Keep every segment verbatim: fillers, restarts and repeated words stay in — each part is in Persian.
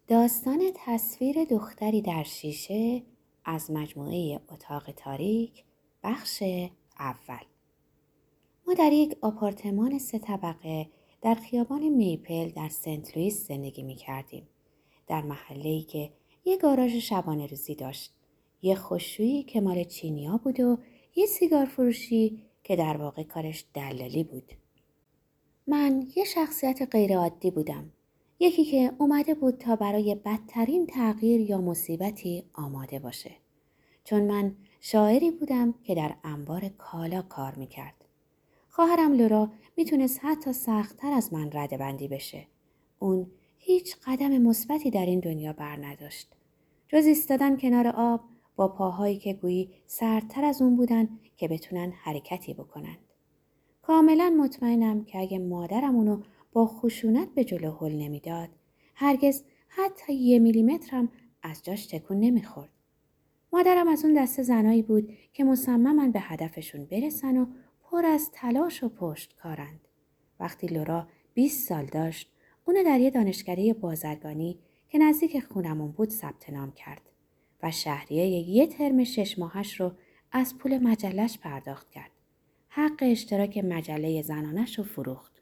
داستان تصویر دختری در شیشه از مجموعه اتاق تاریک بخش اول. ما در یک آپارتمان سه طبقه در خیابان میپل در سنت لوئیس زندگی می کردیم. در محله‌ای که یک گاراژ شبانه روزی داشت، یک خشکشویی که مال چینیا بود و یک سیگار فروشی که در واقع کارش دلالی بود. من یه شخصیت غیرعادی بودم. یکی که اومده بود تا برای بدترین تغییر یا مصیبتی آماده باشه. چون من شاعری بودم که در انبار کالا کار میکرد. خواهرم لورا میتونست حتی سخت‌تر از من ردبندی بشه. اون هیچ قدم مثبتی در این دنیا بر نداشت. جز ایستادن کنار آب با پاهایی که گویی سردتر از اون بودن که بتونن حرکتی بکنن. کاملا مطمئنم که اگه مادرم اونو با خشونت به جلو هل نمیداد، هرگز حتی یه میلیمتر هم از جاش تکون نمیخورد. مادرم از اون دسته زنایی بود که مصمماً به هدفشون برسن و پر از تلاش و پشتکارند. وقتی لورا بیست سال داشت، اونو در یه دانشکده بازرگانی که نزدیک خونمون بود ثبت نام کرد و شهریه یه ترم شش ماهش رو از پول مجلش پرداخت کرد. حق اشتراک مجله زنانش رو فروخت.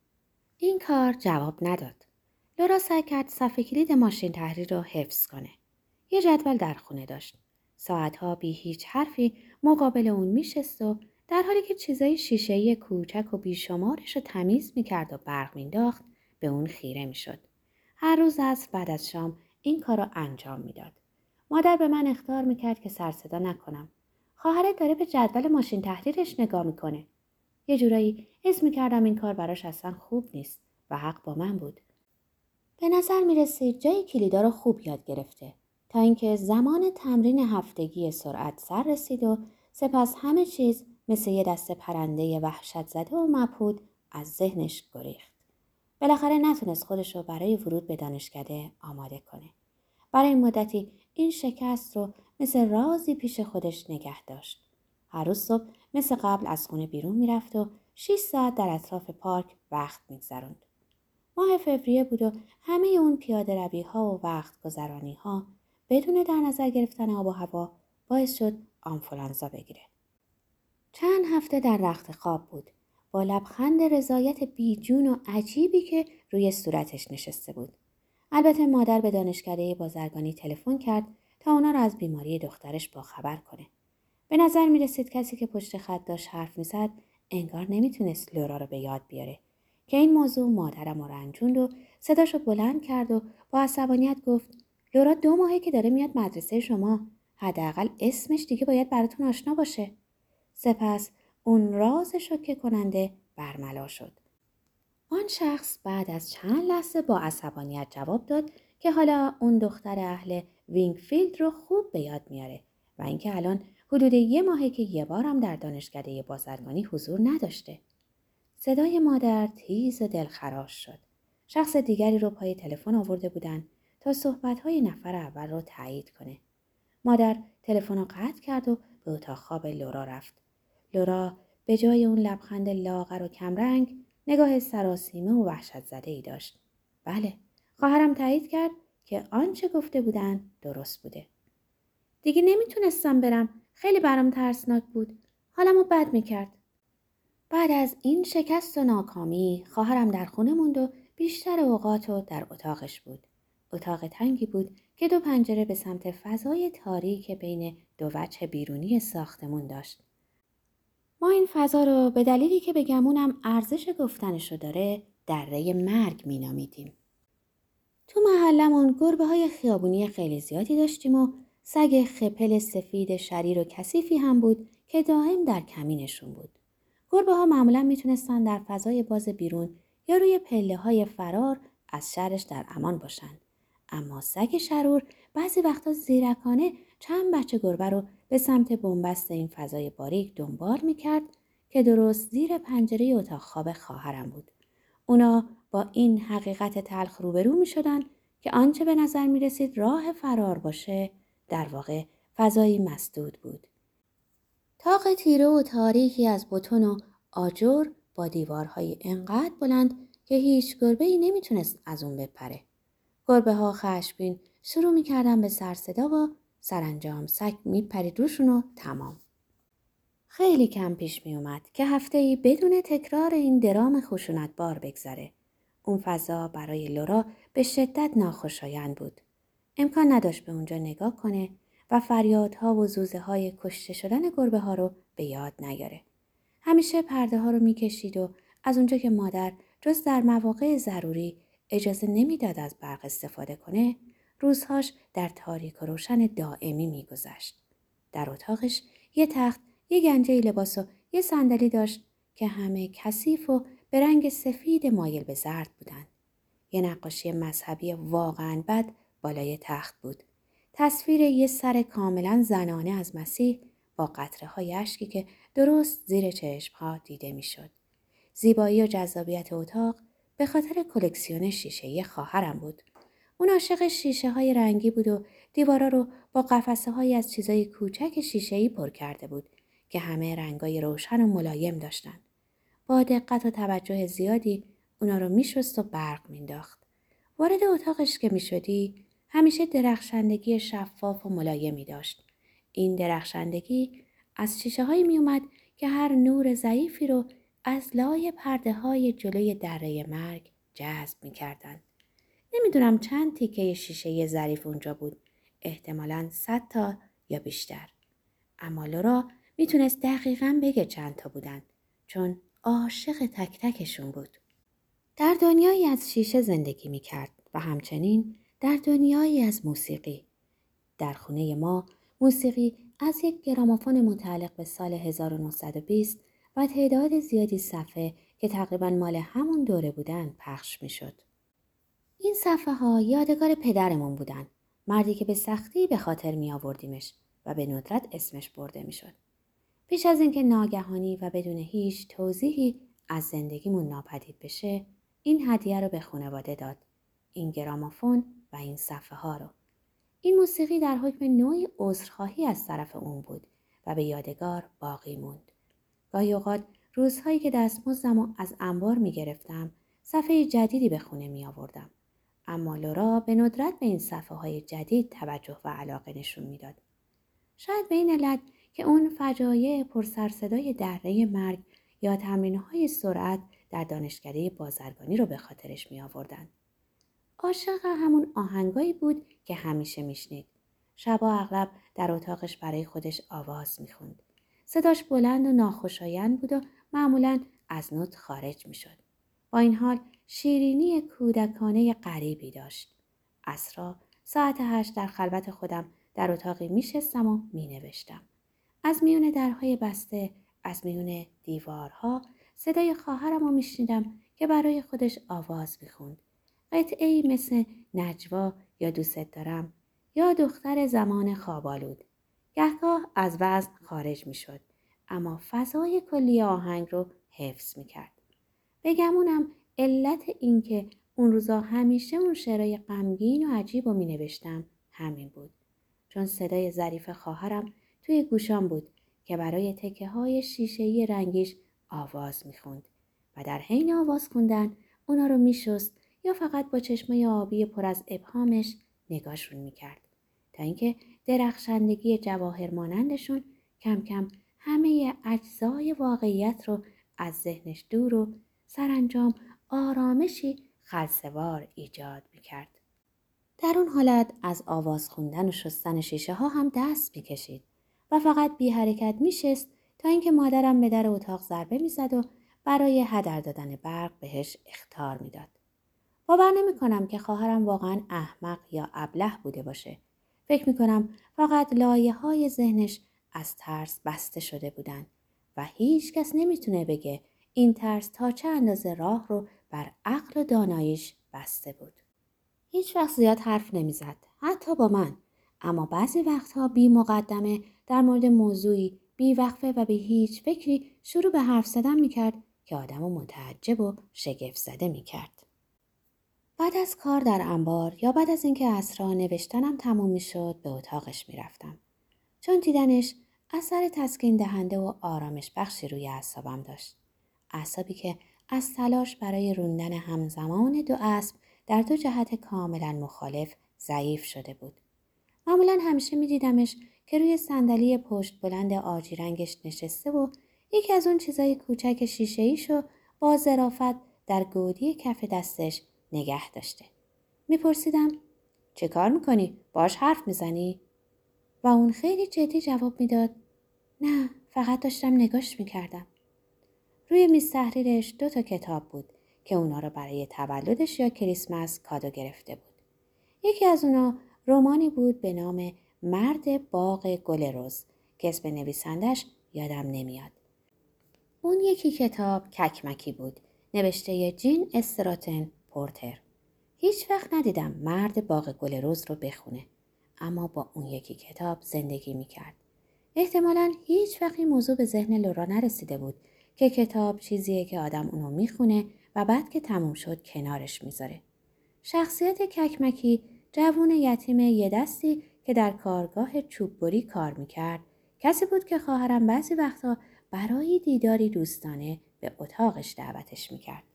این کار جواب نداد. لورا سعی کرد صفحه کلید ماشین تحریر رو حفظ کنه. یه جدول در خونه داشت. ساعتها بی هیچ حرفی مقابل اون میشست و در حالی که چیزای شیشه‌ای کوچک و بیشمارش رو تمیز میکرد و برق مینداخت به اون خیره میشد. هر روز عصر بعد از شام این کار رو انجام میداد. مادر به من اخطار میکرد که سر صدا نکنم. خواهرت داره به جدول ماشین تحریرش نگاه میکنه. یه جورایی حس میکردم این کار براش اصلا خوب نیست و حق با من بود. به نظر میرسید جای کلیدا رو خوب یاد گرفته تا اینکه زمان تمرین هفتگی سرعت سر رسید و سپس همه چیز مثل یه دسته پرنده وحشت زده و مبهوت از ذهنش گریخت. بالاخره نتونست خودش رو برای ورود به دانشکده آماده کنه. برای مدتی این شکست رو مثل رازی پیش خودش نگه داشت. هر روز صبح مثل قبل از خونه بیرون میرفت و شش ساعت در اطراف پارک وقت میگذروند. ماه فوریه بود و همه اون پیاده روی ها و وقت گذرانی ها بدون در نظر گرفتن آب و هوا باعث شد آنفولانزا بگیره. چند هفته در رخت خواب بود با لبخند رضایت بیجون و عجیبی که روی صورتش نشسته بود. البته مادر به دانشکده بازرگانی تلفن کرد تا اونا را از بیماری دخترش باخبر کنه. به نظر می رسید کسی که پشت خط داشت حرف می زد انگار نمی تونست لورا رو به یاد بیاره که این موضوع مادرم رو رنجوند و صداشو بلند کرد و با عصبانیت گفت لورا دو ماهه که داره میاد مدرسه شما. حداقل اسمش دیگه باید براتون آشنا باشه. سپس اون راز شوکه کننده برملا شد. آن شخص بعد از چند لحظه با عصبانیت جواب داد که حالا اون دختر اهل وینگفیلد رو خوب به یاد میاره و اینکه الان حدود یه ماهه که یه بارم در دانشکده بازرگانی حضور نداشته. صدای مادر تیز و دلخراش شد. شخص دیگری رو پای تلفن آورده بودن تا صحبت‌های نفر اول رو تایید کنه. مادر تلفن رو قطع کرد و به اتاق خواب لورا رفت. لورا به جای اون لبخند لاغر و کمرنگ نگاه سراسیمه و وحشت زده ای داشت. بله، خواهرم تایید کرد که آنچه گفته بودن درست بوده. دیگه نمیتونستم برم. خیلی برام ترسناک بود. حالمو بد میکرد. بعد از این شکست و ناکامی خواهرم در خونه موند و بیشتر اوقات رو در اتاقش بود. اتاق تنگی بود که دو پنجره به سمت فضای تاریک بین دو وجه بیرونی ساختمون داشت. ما این فضا رو به دلیلی که به گمونم ارزش گفتنشو داره دره مرگ مینامیدیم. تو محلمون گربه های خیابونی خیلی زیادی داشتیم و سگ خپل سفید شریر و کثیفی هم بود که دائم در کمینشون بود. گربه ها معمولا میتونستن در فضای باز بیرون یا روی پله های فرار از شرش در امان باشن. اما سگ شرور بعضی وقتا زیرکانه چند بچه گربه رو به سمت بنبست این فضای باریک دنبال میکرد که درست زیر پنجره اتاق خواب خواهرم بود. اونا با این حقیقت تلخ روبرو می شدن که آنچه به نظر می رسید راه فرار باشه در واقع فضایی مسدود بود. طاق تیره و تاریکی از بتون و آجر با دیوارهای انقدر بلند که هیچ گربه‌ای نمی تونست از اون بپره. گربه ها خشمگین شروع میکردن به سر صدا و سرانجام سگ میپرید روشون و تمام. خیلی کم پیش می اومد که هفته‌ای بدون تکرار این درام خشونتبار بگذره. اون فضا برای لورا به شدت ناخوشایند بود. امکان نداشت به اونجا نگاه کنه و فریادها و زوزه های کشته شدن گربه ها رو به یاد نیاره. همیشه پرده ها رو میکشید و از اونجا که مادر جز در مواقع ضروری اجازه نمیداد از برق استفاده کنه، روزهاش در تاریک و روشن دائمی میگذشت. در اتاقش یه تخت، یه گنجه لباس و یه صندلی داشت که همه کثیف و به رنگ سفید مایل به زرد بودن. یه نقاشی مذهبی واقعاً بد بالای تخت بود. تصویر یه سر کاملاً زنانه از مسیح با قطره های اشکی که درست زیر چشمها دیده میشد. زیبایی و جذابیت اتاق به خاطر کلکسیون شیشه‌ای خواهرم بود. اون عاشق شیشه های رنگی بود و دیوارا رو با قفسه های از چیزای کوچک شیشه‌ای پر کرده بود که همه رنگای روشن و ملایم داشتن. با دقت و توجه زیادی اونا رو میشست و برق مینداخت. وارد اتاقش که میشدی همیشه درخشندگی شفاف و ملایمی داشت. این درخشندگی از شیشه هایی می اومد که هر نور ضعیفی رو از لای پرده های جلوی دره مرگ جذب می کردن. نمیدونم چند تیکه شیشه ظریف اونجا بود. احتمالاً صد تا یا بیشتر. اما لورا میتونست دقیقاً بگه چند تا بودن چون عاشق تک تکشون بود. در دنیایی از شیشه زندگی میکرد و همچنین در دنیایی از موسیقی. در خونه ما موسیقی از یک گرامافون متعلق به سال هزار و نهصد و بیست و تعداد زیادی صفحه که تقریباً مال همون دوره بودن پخش میشد. این صفحه ها یادگار پدرمون بودن، مردی که به سختی به خاطر می آوردیمش و به ندرت اسمش برده می شد. پیش از اینکه ناگهانی و بدون هیچ توضیحی از زندگیمون ناپدید بشه، این هدیه رو به خانواده داد. این گرامافون و این صفحه ها رو. این موسیقی در حکم نوعی عذرخواهی از طرف اون بود و به یادگار باقی موند. گاهی اوقات روزهایی که دستمزدم رو از انبار می گرفتم، صفحه جدیدی به خونه می آوردم. اما لورا به ندرت به این صفحه های جدید توجه و علاقه نشون می داد. شاید به این علت که اون فجایع پرسرصدای دره مرگ یا تمرین‌های سرعت در دانشکده بازرگانی رو به خاطرش می آوردن. عاشق همون آهنگایی بود که همیشه میشنید. شبا اغلب در اتاقش برای خودش آواز میخوند. صداش بلند و ناخوشایند بود و معمولاً از نوت خارج میشد. با این حال شیرینی کودکانه غریبی داشت. عصرا ساعت هشت در خلوت خودم در اتاقی میشستم و مینوشتم. از میون درهای بسته، از میون دیوارها صدای خواهرم رو میشنیدم که برای خودش آواز میخوند. قطعه‌ای مثل نجوا یا دوست دارم یا دختر زمان خوابالود. گهگاه از وزن خارج می شد اما فضای کلی آهنگ رو حفظ می کرد. بگمونم علت این که اون روزا همیشه اون شعرهای غمگین و عجیب رو می نوشتم همین بود. چون صدای ظریف خواهرم توی گوشام بود که برای تکه های شیشه‌ای رنگیش آواز می خوند و در حین آواز خوندن اونا رو می شست یا فقط با چشمای آبی پر از ابهامش نگاهشون میکرد تا اینکه درخشندگی جواهر مانندشون کم کم همه اجزای واقعیت رو از ذهنش دور و سرانجام آرامشی خلسه‌وار ایجاد میکرد. در اون حالت از آواز خوندن و شستن شیشه ها هم دست میکشید و فقط بی حرکت میشست تا اینکه مادرم به در اتاق ضربه میزد و برای هدر دادن برق بهش اخطار میداد. باور نمی کنم که خواهرم واقعا احمق یا ابله بوده باشه. فکر می کنم فقط لایه های ذهنش از ترس بسته شده بودن و هیچ کس نمی تونه بگه این ترس تا چه اندازه راه رو بر عقل و داناییش بسته بود. هیچ وقت زیاد حرف نمی زد. حتی با من. اما بعضی وقتها بی مقدمه در مورد موضوعی بی وقفه و بی هیچ فکری شروع به حرف زدن می کرد که آدمو متعجب و شگفت زده می کرد. بعد از کار در انبار یا بعد از اینکه عصرها نوشتنم تموم می شد به اتاقش می رفتم. چون دیدنش اثر تسکین دهنده و آرامش بخشی روی اعصابم داشت. اعصابی که از تلاش برای روندن همزمان دو اسب در دو جهت کاملا مخالف ضعیف شده بود. معمولا همیشه می دیدمش که روی صندلی پشت بلند آجی رنگش نشسته و یکی از اون چیزای کوچک شیشه‌ایشو با ظرافت در گودی کف دستش نگه داشته. میپرسیدم چه کار میکنی؟ باش حرف میزنی؟ و اون خیلی جدی جواب میداد نه، فقط داشتم نگاش میکردم. روی میز تحریرش دو تا کتاب بود که اونا رو برای تولدش یا کریسمس کادو گرفته بود. یکی از اونا رمانی بود به نام مرد باغ گل رز که اسم نویسندش یادم نمیاد. اون یکی کتاب ککمکی بود، نوشته جین استراتن پورتر. هیچ وقت ندیدم مرد باغ گل رز رو بخونه، اما با اون یکی کتاب زندگی میکرد. احتمالاً هیچ وقت این موضوع به ذهن لورا نرسیده بود که کتاب چیزیه که آدم اونو میخونه و بعد که تموم شد کنارش میذاره. شخصیت ککمکی جوون یتیم یه دستی که در کارگاه چوببری کار میکرد، کسی بود که خواهرم بعضی وقتا برای دیداری دوستانه به اتاقش دعوتش میکرد.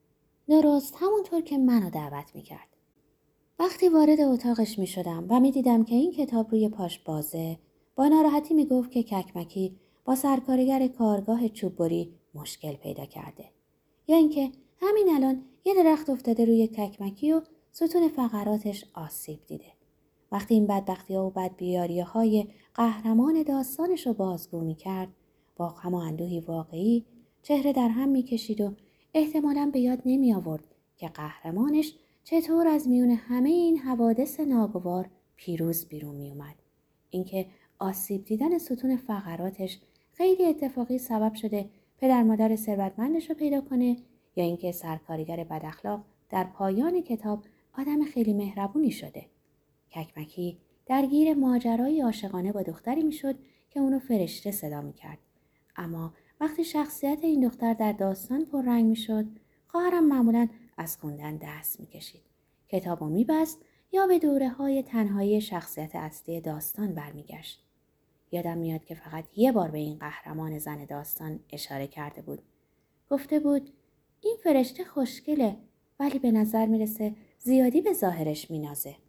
درست همونطور که منو دعوت میکرد. وقتی وارد اتاقش میشدم و میدیدم که این کتاب روی پاش بازه، با ناراحتی میگفت که ککمکی با سرکارگر کارگاه چوببری مشکل پیدا کرده. یا اینکه همین الان یه درخت افتاده روی ککمکی و ستون فقراتش آسیب دیده. وقتی این بدبختی‌ها و بدبیاری‌های قهرمان داستانش رو بازگو می‌کرد، با غم و اندوهی واقعی چهره در هم می‌کشید و احتمالاً به یاد نمی‌آورد که قهرمانش چطور از میون همه این حوادث ناگوار پیروز بیرون می‌اومد. اینکه آسیب دیدن ستون فقراتش خیلی اتفاقی سبب شده پدر مادر ثروتمندش رو پیدا کنه، یا اینکه سرکارگر بداخلاق در پایان کتاب آدم خیلی مهربونی شده. ککمکی درگیر ماجرای عاشقانه با دختری میشد که اونو فرشته صدا میکرد. اما وقتی شخصیت این دختر در داستان پررنگ میشد، خواهرم معمولاً از خوندن دست میکشید. کتابو میبست یا به دوره های تنهایی شخصیت اصلی داستان برمیگشت. یادم میاد که فقط یه بار به این قهرمان زن داستان اشاره کرده بود. گفته بود این فرشته خوشگله، ولی به نظر میرسه زیادی به ظاهرش مینازه.